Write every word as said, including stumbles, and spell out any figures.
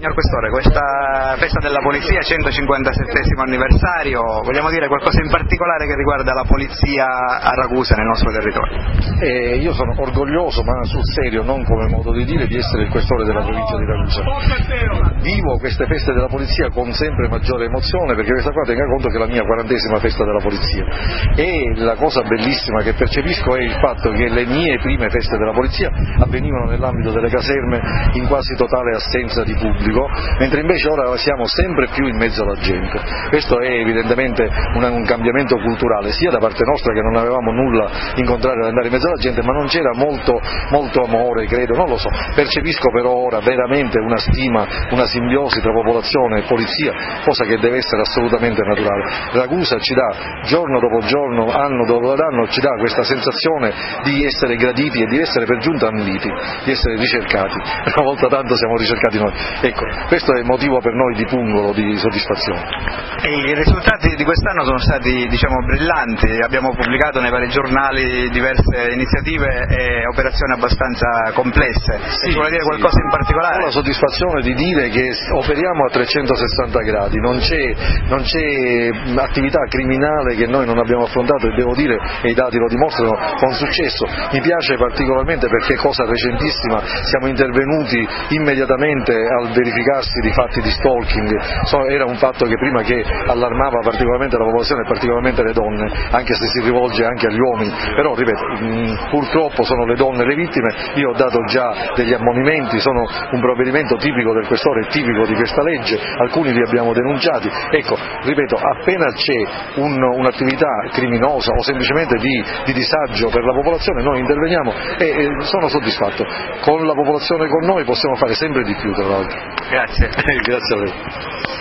Signor Questore, questa festa della polizia, centocinquantasettesimo anniversario, vogliamo dire qualcosa in particolare che riguarda la polizia a Ragusa nel nostro territorio? Eh, io sono orgoglioso, ma sul serio, non come modo di dire, di essere il Questore della provincia di Ragusa. Vivo queste feste della polizia con sempre maggiore emozione, perché questa qua tenga conto che è la mia quarantesima festa della polizia, e la cosa bellissima che percepisco è il fatto che le mie prime feste della polizia avvenivano nell'ambito delle caserme in quasi totale assenza di pubblico, mentre invece ora siamo sempre più in mezzo alla gente. Questo è evidentemente un, un cambiamento culturale, sia da parte nostra, che non avevamo nulla in contrario ad andare in mezzo alla gente, ma non c'era molto, molto amore, credo, non lo so. Percepisco però ora veramente una stima, una simbiosi tra popolazione e polizia, cosa che deve essere assolutamente naturale. Ragusa ci dà giorno dopo giorno, anno dopo anno, ci dà questa sensazione di essere graditi e di essere per giunta ambiti, di essere ricercati. Una volta tanto siamo ricercati noi. Ecco, questo è motivo per noi di pungolo, di soddisfazione. E i risultati di quest'anno sono stati, diciamo, brillanti, abbiamo pubblicato nei vari giornali diverse iniziative e operazioni abbastanza complesse. Sì, ci vuole dire sì. qualcosa in particolare? Ho la soddisfazione di dire che operiamo a trecentosessanta gradi, non c'è, non c'è attività criminale che noi non abbiamo affrontato, e devo dire, e i dati lo dimostrano, con successo. Mi piace particolarmente perché, cosa recentissima, siamo intervenuti immediatamente al verificarsi di fatti di stalking. So, era un fatto che prima che allarmava particolarmente la popolazione e particolarmente le donne, anche se si rivolge anche agli uomini, però ripeto, mh, purtroppo sono le donne le vittime. Io ho dato già degli ammonimenti, sono un provvedimento tipico del Questore, tipico di questa legge, alcuni li abbiamo denunciati. Ecco, ripeto, appena c'è un, un'attività criminosa o semplicemente di, di disagio per la popolazione, noi interveniamo e, e sono soddisfatto. Con la popolazione con noi possiamo fare sempre di più, tra l'altro. Grazie. Grazie a lei.